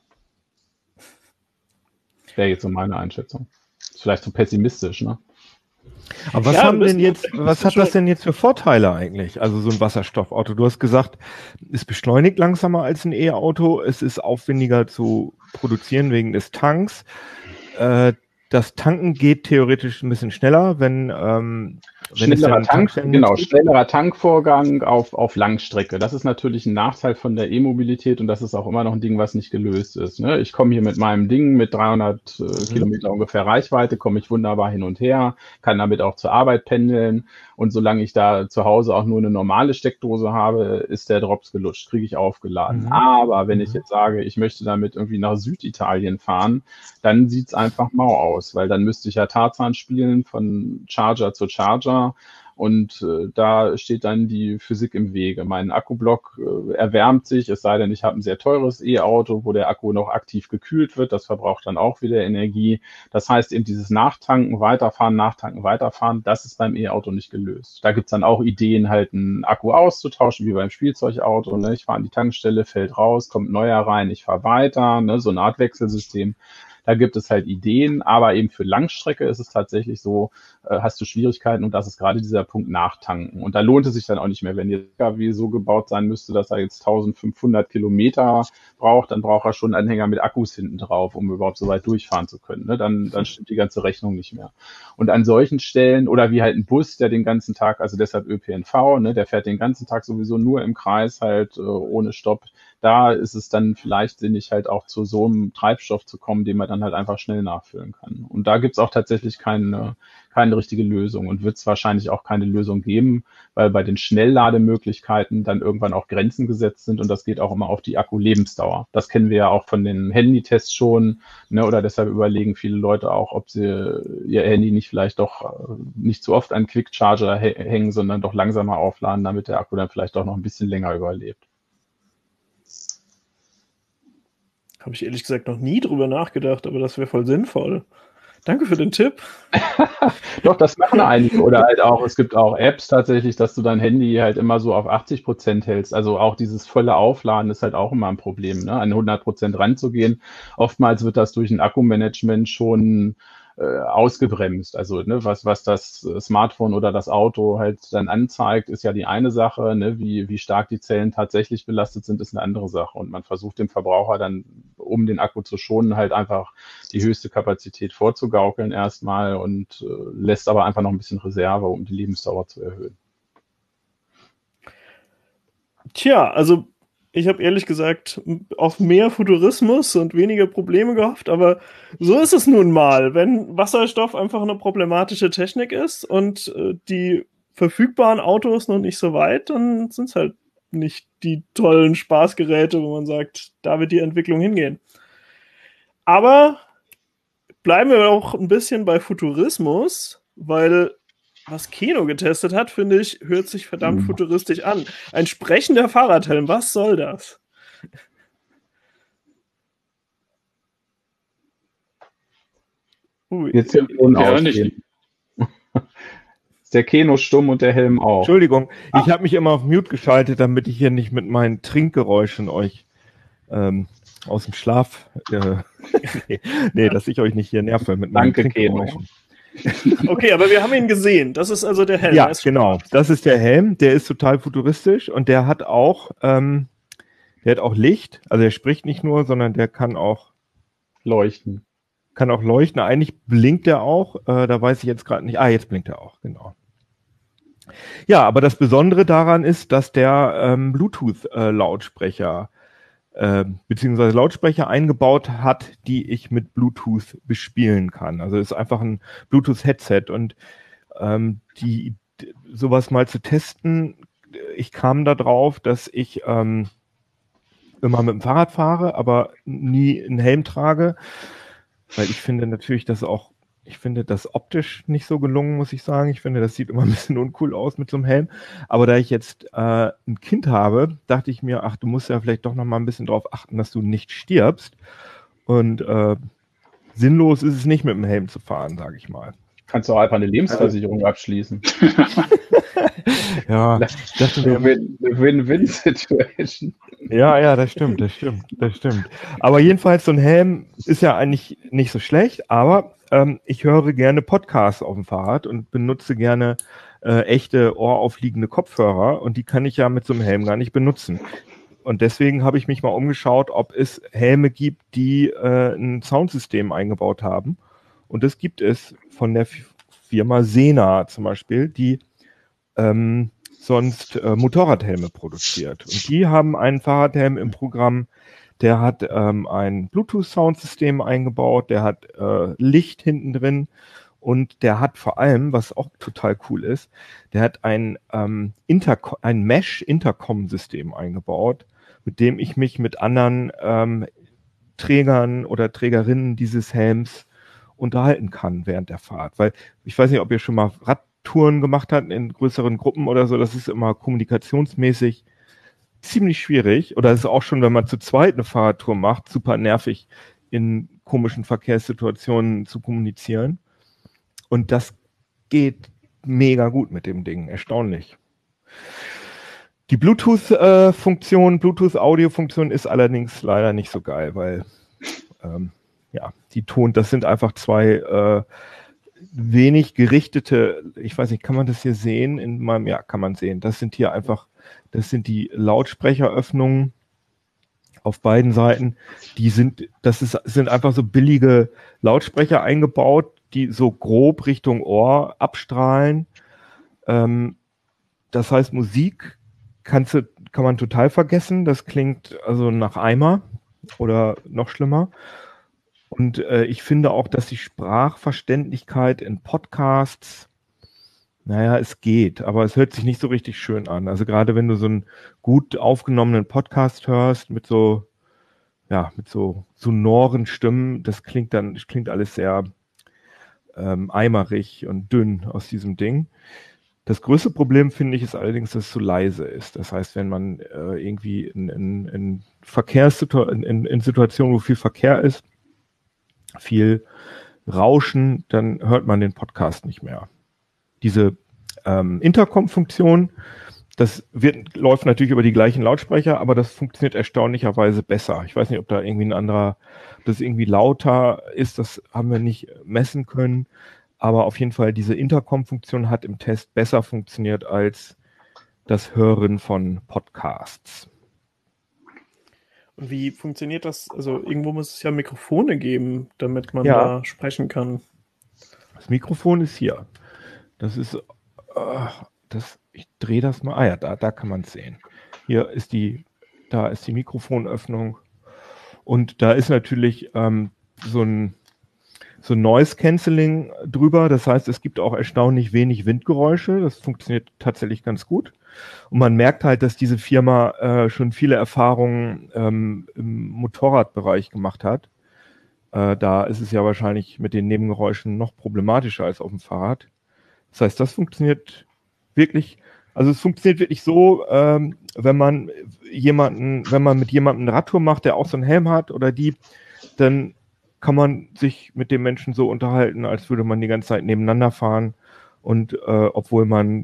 Wäre jetzt so meine Einschätzung. Ist vielleicht zu pessimistisch, ne? Aber was hat das denn jetzt für Vorteile eigentlich? Also so ein Wasserstoffauto. Du hast gesagt, es beschleunigt langsamer als ein E-Auto, es ist aufwendiger zu produzieren wegen des Tanks. Das Tanken geht theoretisch ein bisschen schneller, schnellerer Tankvorgang auf Langstrecke. Das ist natürlich ein Nachteil von der E-Mobilität und das ist auch immer noch ein Ding, was nicht gelöst ist. Ne? Ich komme hier mit meinem Ding mit 300 Kilometer ungefähr Reichweite, komme ich wunderbar hin und her, kann damit auch zur Arbeit pendeln und solange ich da zu Hause auch nur eine normale Steckdose habe, ist der Drops gelutscht, kriege ich aufgeladen. Aber wenn ich jetzt sage, ich möchte damit irgendwie nach Süditalien fahren, dann sieht's einfach mau aus, weil dann müsste ich ja Tarzan spielen von Charger zu Charger. Und da steht dann die Physik im Wege. Mein Akkublock erwärmt sich, es sei denn, ich habe ein sehr teures E-Auto, wo der Akku noch aktiv gekühlt wird. Das verbraucht dann auch wieder Energie. Das heißt eben dieses Nachtanken, weiterfahren, das ist beim E-Auto nicht gelöst. Da gibt's dann auch Ideen, halt einen Akku auszutauschen, wie beim Spielzeugauto. Ne? Ich fahre an die Tankstelle, fällt raus, kommt neuer rein, ich fahre weiter. Ne? So eine Art Wechselsystem. Da gibt es halt Ideen, aber eben für Langstrecke ist es tatsächlich so, hast du Schwierigkeiten und das ist gerade dieser Punkt Nachtanken. Und da lohnt es sich dann auch nicht mehr, wenn der LKW so gebaut sein müsste, dass er jetzt 1500 Kilometer braucht, dann braucht er schon einen Anhänger mit Akkus hinten drauf, um überhaupt so weit durchfahren zu können. Ne? Dann stimmt die ganze Rechnung nicht mehr. Und an solchen Stellen, oder wie halt ein Bus, der den ganzen Tag, also deshalb ÖPNV, ne, der fährt den ganzen Tag sowieso nur im Kreis halt ohne Stopp. Da ist es dann vielleicht sinnig, halt auch zu so einem Treibstoff zu kommen, den man dann halt einfach schnell nachfüllen kann. Und da gibt's auch tatsächlich keine richtige Lösung und wird es wahrscheinlich auch keine Lösung geben, weil bei den Schnelllademöglichkeiten dann irgendwann auch Grenzen gesetzt sind und das geht auch immer auf die Akkulebensdauer. Das kennen wir ja auch von den Handytests schon, ne, oder deshalb überlegen viele Leute auch, ob sie ihr Handy nicht vielleicht doch nicht zu oft an Quick Charger hängen, sondern doch langsamer aufladen, damit der Akku dann vielleicht auch noch ein bisschen länger überlebt. Habe ich ehrlich gesagt noch nie drüber nachgedacht, aber das wäre voll sinnvoll. Danke für den Tipp. Doch, das machen einige. Oder halt auch, es gibt auch Apps tatsächlich, dass du dein Handy halt immer so auf 80% hältst. Also auch dieses volle Aufladen ist halt auch immer ein Problem, ne? An 100% ranzugehen. Oftmals wird das durch ein Akkumanagement schon ausgebremst. Also ne, was das Smartphone oder das Auto halt dann anzeigt, ist ja die eine Sache. Ne? Wie stark die Zellen tatsächlich belastet sind, ist eine andere Sache. Und man versucht dem Verbraucher dann, um den Akku zu schonen, halt einfach die höchste Kapazität vorzugaukeln erstmal und lässt aber einfach noch ein bisschen Reserve, um die Lebensdauer zu erhöhen. Tja, also ich habe ehrlich gesagt auf mehr Futurismus und weniger Probleme gehofft, aber so ist es nun mal. Wenn Wasserstoff einfach eine problematische Technik ist und die verfügbaren Autos noch nicht so weit, dann sind es halt nicht die tollen Spaßgeräte, wo man sagt, da wird die Entwicklung hingehen. Aber bleiben wir auch ein bisschen bei Futurismus, weil was Keno getestet hat, finde ich, hört sich verdammt futuristisch an. Ein sprechender Fahrradhelm, was soll das? Jetzt nicht. Ist der Keno stumm und der Helm auch. Entschuldigung, ich habe mich immer auf Mute geschaltet, damit ich hier nicht mit meinen Trinkgeräuschen euch aus dem Schlaf. Nee, dass ich euch nicht hier nerve mit meinen Trinkgeräuschen. Okay, aber wir haben ihn gesehen. Das ist also der Helm. Ja, genau. Das ist der Helm. Der ist total futuristisch und der hat auch Licht. Also er spricht nicht nur, sondern der kann auch leuchten. Eigentlich blinkt er auch. Da weiß ich jetzt gerade nicht. Jetzt blinkt er auch, genau. Ja, aber das Besondere daran ist, dass der Bluetooth-Lautsprecher beziehungsweise Lautsprecher eingebaut hat, die ich mit Bluetooth bespielen kann. Also es ist einfach ein Bluetooth-Headset und sowas mal zu testen, ich kam da drauf, dass ich immer mit dem Fahrrad fahre, aber nie einen Helm trage, weil ich finde natürlich, ich finde das optisch nicht so gelungen, muss ich sagen. Ich finde, das sieht immer ein bisschen uncool aus mit so einem Helm. Aber da ich jetzt ein Kind habe, dachte ich mir, du musst ja vielleicht doch noch mal ein bisschen drauf achten, dass du nicht stirbst. Und sinnlos ist es nicht, mit dem Helm zu fahren, sage ich mal. Kannst du auch einfach eine Lebensversicherung abschließen. Ja, das ist eine Win-Win-Situation. Ja, das stimmt. Aber jedenfalls, so ein Helm ist ja eigentlich nicht so schlecht, aber ich höre gerne Podcasts auf dem Fahrrad und benutze gerne echte ohraufliegende Kopfhörer und die kann ich ja mit so einem Helm gar nicht benutzen. Und deswegen habe ich mich mal umgeschaut, ob es Helme gibt, die ein Soundsystem eingebaut haben. Und das gibt es von der Firma Sena zum Beispiel, die sonst Motorradhelme produziert. Und die haben einen Fahrradhelm im Programm, der hat ein Bluetooth-Soundsystem eingebaut, der hat Licht hinten drin und der hat vor allem, was auch total cool ist, der hat ein Mesh-Intercom-System eingebaut, mit dem ich mich mit anderen Trägern oder Trägerinnen dieses Helms unterhalten kann während der Fahrt. Weil ich weiß nicht, ob ihr schon mal Radtouren gemacht habt in größeren Gruppen oder so, das ist immer kommunikationsmäßig ziemlich schwierig. Oder es ist auch schon, wenn man zu zweit eine Fahrradtour macht, super nervig, in komischen Verkehrssituationen zu kommunizieren. Und das geht mega gut mit dem Ding, erstaunlich. Die Bluetooth-Audio-Funktion ist allerdings leider nicht so geil, weil das sind einfach zwei wenig gerichtete, ich weiß nicht, kann man das hier sehen? Kann man sehen. Das sind die Lautsprecheröffnungen auf beiden Seiten. Sind einfach so billige Lautsprecher eingebaut, die so grob Richtung Ohr abstrahlen. Das heißt, Musik kann man total vergessen. Das klingt also nach Eimer oder noch schlimmer. Und ich finde auch, dass die Sprachverständlichkeit in Podcasts, es geht, aber es hört sich nicht so richtig schön an. Also gerade wenn du so einen gut aufgenommenen Podcast hörst mit so sonoren Stimmen, das klingt alles sehr eimerig und dünn aus diesem Ding. Das größte Problem, finde ich, ist allerdings, dass es so leise ist. Das heißt, wenn man irgendwie in Situationen, wo viel Verkehr ist, viel Rauschen, dann hört man den Podcast nicht mehr. Diese Intercom-Funktion, läuft natürlich über die gleichen Lautsprecher, aber das funktioniert erstaunlicherweise besser. Ich weiß nicht, ob da irgendwie das irgendwie lauter ist, das haben wir nicht messen können, aber auf jeden Fall diese Intercom-Funktion hat im Test besser funktioniert als das Hören von Podcasts. Und wie funktioniert das? Also irgendwo muss es ja Mikrofone geben, damit man da sprechen kann. Das Mikrofon ist hier. Das ist, ich drehe das mal. Da kann man es sehen. Da ist die Mikrofonöffnung. Und da ist natürlich so ein Noise Cancelling drüber. Das heißt, es gibt auch erstaunlich wenig Windgeräusche. Das funktioniert tatsächlich ganz gut. Und man merkt halt, dass diese Firma schon viele Erfahrungen im Motorradbereich gemacht hat. Da ist es ja wahrscheinlich mit den Nebengeräuschen noch problematischer als auf dem Fahrrad. Das heißt, das funktioniert wirklich, also es funktioniert wirklich so, wenn man mit jemandem eine Radtour macht, der auch so einen Helm hat oder dann kann man sich mit dem Menschen so unterhalten, als würde man die ganze Zeit nebeneinander fahren und obwohl man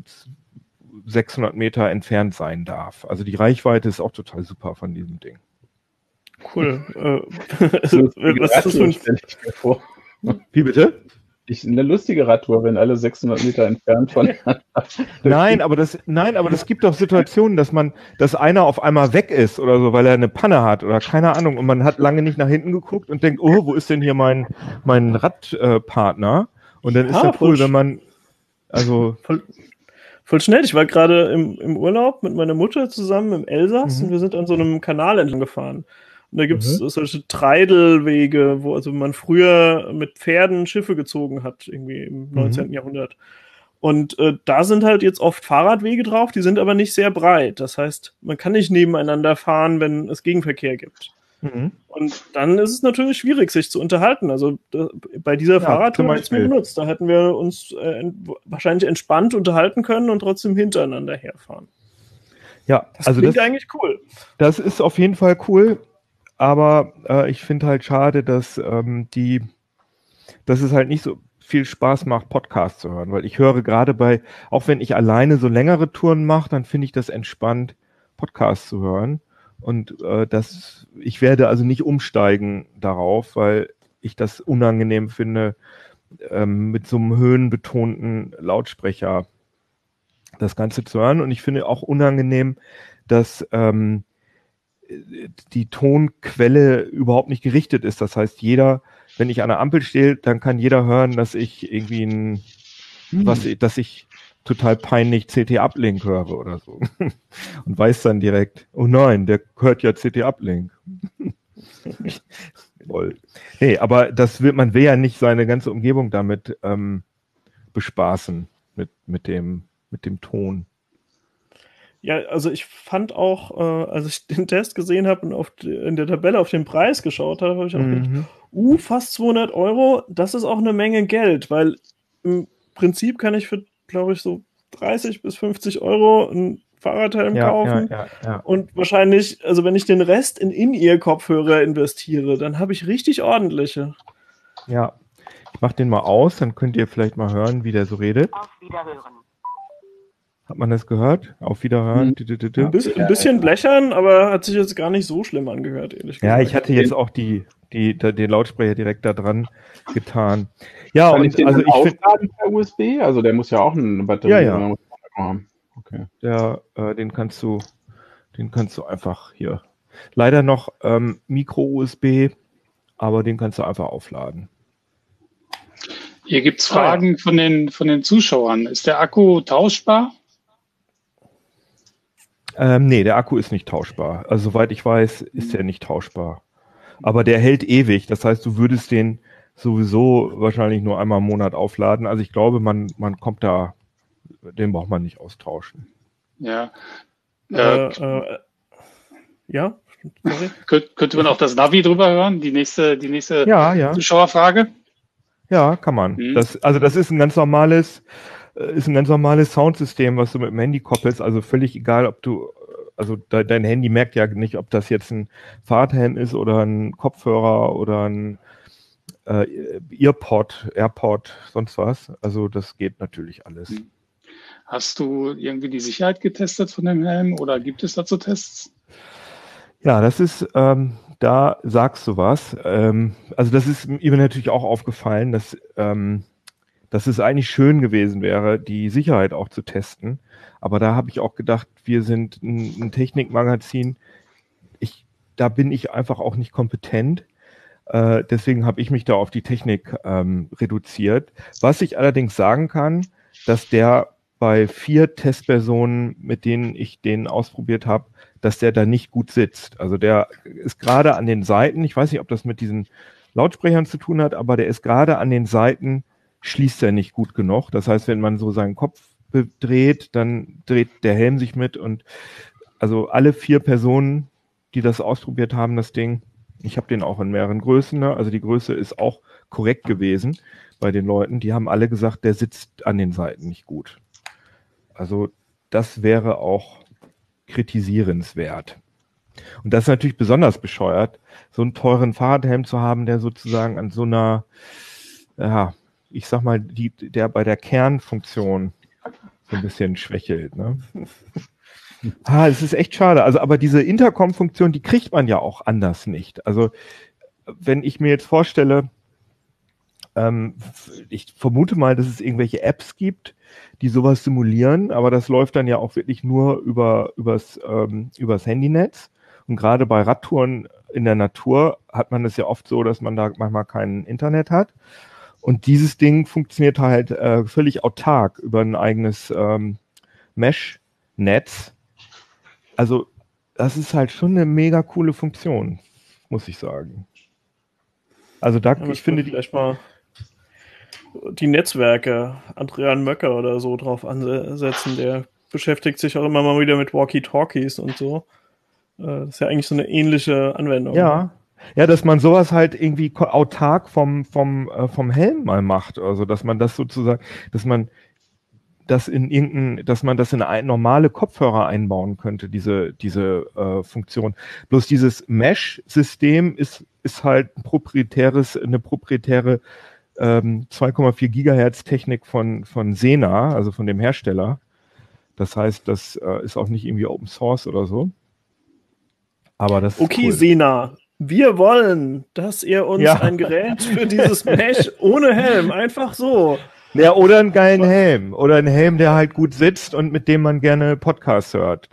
600 Meter entfernt sein darf. Also die Reichweite ist auch total super von diesem Ding. Cool. Was ist das für ein... Wie bitte? Eine lustige Radtour, wenn alle 600 Meter entfernt voneinander. Nein, aber das gibt doch Situationen, dass einer auf einmal weg ist oder so, weil er eine Panne hat oder keine Ahnung und man hat lange nicht nach hinten geguckt und denkt, oh, wo ist denn hier mein Radpartner? Und dann ist ja cool, wenn man, also... Voll schnell. Ich war gerade im Urlaub mit meiner Mutter zusammen im Elsass und wir sind an so einem Kanal entlang gefahren. Und da gibt es solche Treidelwege, wo also man früher mit Pferden Schiffe gezogen hat, irgendwie im 19. Jahrhundert. Und da sind halt jetzt oft Fahrradwege drauf, die sind aber nicht sehr breit. Das heißt, man kann nicht nebeneinander fahren, wenn es Gegenverkehr gibt. Und dann ist es natürlich schwierig, sich zu unterhalten. Also bei dieser Fahrradtour hätten wir genutzt. Da hätten wir uns wahrscheinlich entspannt unterhalten können und trotzdem hintereinander herfahren. Ja, das klingt eigentlich cool. Das ist auf jeden Fall cool. Aber ich finde halt schade, dass es halt nicht so viel Spaß macht, Podcasts zu hören, weil ich höre gerade auch wenn ich alleine so längere Touren mache, dann finde ich das entspannt, Podcasts zu hören. Und ich werde also nicht umsteigen darauf, weil ich das unangenehm finde, mit so einem höhenbetonten Lautsprecher das Ganze zu hören. Und ich finde auch unangenehm, dass die Tonquelle überhaupt nicht gerichtet ist. Das heißt, wenn ich an der Ampel stehe, dann kann jeder hören, dass ich irgendwie dass ich total peinlich CT-Uplink höre oder so. Und weiß dann direkt, oh nein, der hört ja CT-Uplink. Nee, aber man will ja nicht seine ganze Umgebung damit bespaßen, mit dem Ton. Ja, also ich fand auch, als ich den Test gesehen habe und in der Tabelle auf den Preis geschaut habe, habe ich auch gedacht, fast 200 €, das ist auch eine Menge Geld, weil im Prinzip kann ich für, glaube ich, so 30 bis 50 € ein Fahrradhelm kaufen. Ja. Und wahrscheinlich, also wenn ich den Rest in In-Ear-Kopfhörer investiere, dann habe ich richtig ordentliche. Ja, ich mache den mal aus, dann könnt ihr vielleicht mal hören, wie der so redet. Auf Wiederhören. Hat man das gehört? Auf Wiederhören? Ein bisschen blechern, aber hat sich jetzt gar nicht so schlimm angehört, ehrlich gesagt. Ja, ich hatte jetzt auch den Lautsprecher direkt da dran getan. Ja, kann ich den aufladen per USB? Also der muss ja auch eine Batterie haben. Okay. Den kannst du einfach hier. Leider noch Micro-USB, aber den kannst du einfach aufladen. Hier gibt es Fragen von den Zuschauern. Ist der Akku tauschbar? Nee, der Akku ist nicht tauschbar. Also soweit ich weiß, ist der nicht tauschbar. Aber der hält ewig. Das heißt, du würdest den sowieso wahrscheinlich nur einmal im Monat aufladen. Also ich glaube, man kommt den braucht man nicht austauschen. Ja. Ja, sorry. Könnte man auch das Navi drüber hören? Die nächste Zuschauerfrage? Ja, kann man. Das ist ein ganz normales Soundsystem, was du mit dem Handy koppelst. Also völlig egal, ob dein Handy merkt ja nicht, ob das jetzt ein Fahrradhelm ist oder ein Kopfhörer oder ein AirPod, sonst was. Also das geht natürlich alles. Hast du irgendwie die Sicherheit getestet von dem Helm oder gibt es dazu Tests? Ja, das ist, da sagst du was. Also das ist mir natürlich auch aufgefallen, dass es eigentlich schön gewesen wäre, die Sicherheit auch zu testen. Aber da habe ich auch gedacht, wir sind ein Technikmagazin. Da bin ich einfach auch nicht kompetent. Deswegen habe ich mich da auf die Technik reduziert. Was ich allerdings sagen kann, dass der bei 4 Testpersonen, mit denen ich den ausprobiert habe, dass der da nicht gut sitzt. Also der ist gerade an den Seiten, ich weiß nicht, ob das mit diesen Lautsprechern zu tun hat, aber der ist gerade an den Seiten, schließt er nicht gut genug. Das heißt, wenn man so seinen Kopf dreht, dann dreht der Helm sich mit und also alle 4 Personen, die das ausprobiert haben, das Ding, ich habe den auch in mehreren Größen, ne? Also die Größe ist auch korrekt gewesen bei den Leuten, die haben alle gesagt, der sitzt an den Seiten nicht gut. Also das wäre auch kritisierenswert. Und das ist natürlich besonders bescheuert, so einen teuren Fahrradhelm zu haben, der sozusagen an so einer, ich sag mal, der bei der Kernfunktion so ein bisschen schwächelt. Ne? Es ist echt schade. Also, aber diese Intercom-Funktion, die kriegt man ja auch anders nicht. Also, wenn ich mir jetzt vorstelle, ich vermute mal, dass es irgendwelche Apps gibt, die sowas simulieren, aber das läuft dann ja auch wirklich nur übers Handynetz. Und gerade bei Radtouren in der Natur hat man es ja oft so, dass man da manchmal kein Internet hat. Und dieses Ding funktioniert halt völlig autark über ein eigenes Mesh-Netz. Also das ist halt schon eine mega coole Funktion, muss ich sagen. Also da, ich finde vielleicht mal die Netzwerke, Adrian Möcker oder so drauf ansetzen, der beschäftigt sich auch immer mal wieder mit Walkie-Talkies und so. Das ist ja eigentlich so eine ähnliche Anwendung. Ja, dass man sowas halt irgendwie autark vom Helm mal macht. Also dass man das sozusagen, dass man das in eine normale Kopfhörer einbauen könnte, diese Funktion. Bloß dieses Mesh-System ist halt eine proprietäre 2,4 Gigahertz Technik von Sena, also von dem Hersteller. Das heißt, das ist auch nicht irgendwie Open Source oder so. Aber das ist cool. Sena, wir wollen, dass ihr uns ein Gerät für dieses Mesh ohne Helm, einfach so. Ja, oder einen geilen Helm. Oder einen Helm, der halt gut sitzt und mit dem man gerne Podcasts hört.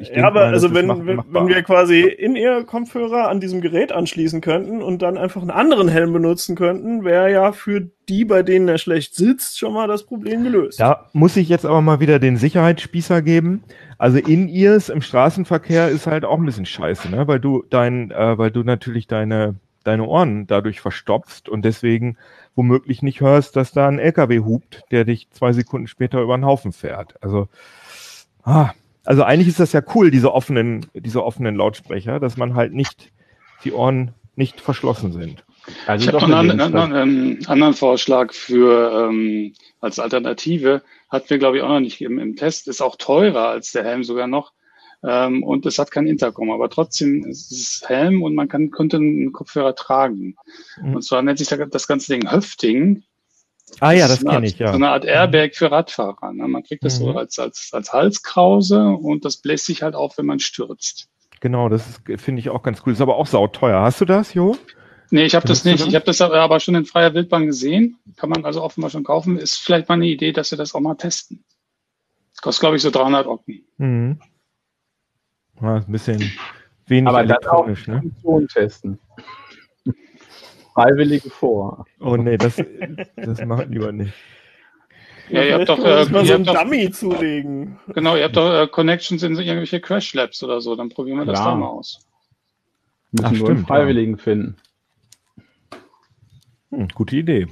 Wenn wir quasi in ihr Kopfhörer an diesem Gerät anschließen könnten und dann einfach einen anderen Helm benutzen könnten, wäre ja für die, bei denen er schlecht sitzt, schon mal das Problem gelöst. Da muss ich jetzt aber mal wieder den Sicherheitsspießer geben. Also In-Ears im Straßenverkehr ist halt auch ein bisschen scheiße, ne? Weil du natürlich deine Ohren dadurch verstopfst und deswegen womöglich nicht hörst, dass da ein LKW hupt, der dich 2 Sekunden später über den Haufen fährt. Also eigentlich ist das ja cool, diese offenen Lautsprecher, dass man halt die Ohren nicht verschlossen sind. Also ich habe noch einen anderen Vorschlag für als Alternative. Hatten wir, glaube ich, auch noch nicht im Test. Ist auch teurer als der Helm sogar noch. Und es hat kein Intercom, aber trotzdem ist es Helm und man könnte einen Kopfhörer tragen. Und zwar nennt sich das ganze Ding Höfting. Das kenne ich, ja. So eine Art Airbag für Radfahrer. Ne? Man kriegt das so als Halskrause und das bläst sich halt auf, wenn man stürzt. Genau, das finde ich auch ganz cool. Ist aber auch sauteuer. Hast du das, Jo? Nee, ich habe das nicht. Ich habe das aber schon in freier Wildbahn gesehen. Kann man also offenbar schon kaufen. Ist vielleicht mal eine Idee, dass wir das auch mal testen. Kostet, glaube ich, so 300 Ocken. Mhm. Ja, ein bisschen wenig aber elektronisch, dann auch Funktion testen. Freiwillige vor. Oh nee, das machen lieber nicht. Ja, ihr habt doch mal so einen Dummy zulegen. Genau, ihr habt doch Connections in irgendwelche Crash Labs oder so. Dann probieren wir das da mal aus. Müssen nur einen Freiwilligen finden. Gute Idee.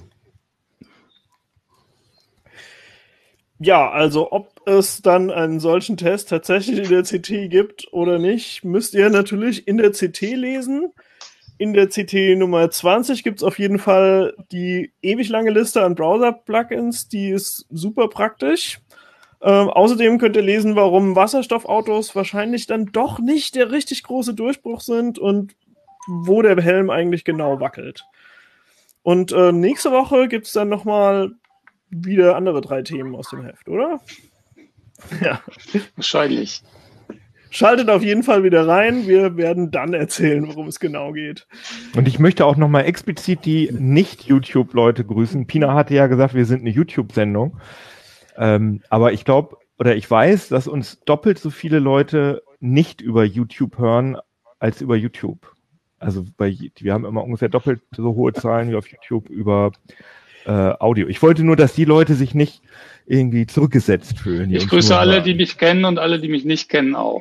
Ja, also ob es dann einen solchen Test tatsächlich in der CT gibt oder nicht, müsst ihr natürlich in der CT lesen. In der CT Nummer 20 gibt es auf jeden Fall die ewig lange Liste an Browser-Plugins, die ist super praktisch. Außerdem könnt ihr lesen, warum Wasserstoffautos wahrscheinlich dann doch nicht der richtig große Durchbruch sind und wo der Helm eigentlich genau wackelt. Und nächste Woche gibt es dann nochmal wieder andere 3 Themen aus dem Heft, oder? Ja, wahrscheinlich. Schaltet auf jeden Fall wieder rein. Wir werden dann erzählen, worum es genau geht. Und ich möchte auch nochmal explizit die Nicht-YouTube-Leute grüßen. Pina hatte ja gesagt, wir sind eine YouTube-Sendung. Aber ich glaube, oder ich weiß, dass uns doppelt so viele Leute nicht über YouTube hören, als über YouTube. Also wir haben immer ungefähr doppelt so hohe Zahlen wie auf YouTube über Audio. Ich wollte nur, dass die Leute sich nicht irgendwie zurückgesetzt fühlen. Ich grüße alle, die mich kennen und alle, die mich nicht kennen auch.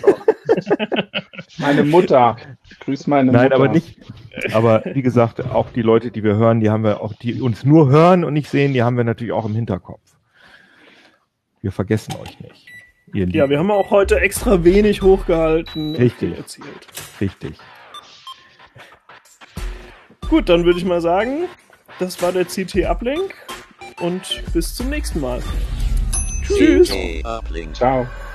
Meine Mutter. Ich grüße meine Mutter. Nein, aber nicht. Aber wie gesagt, auch die Leute, die wir hören, die uns nur hören und nicht sehen, die haben wir natürlich auch im Hinterkopf. Wir vergessen euch nicht. Ja, wir haben auch heute extra wenig hochgehalten. Richtig. Erzählt. Richtig. Gut, dann würde ich mal sagen, das war der CT-Uplink und bis zum nächsten Mal. Tschüss. CT-Uplink. Ciao.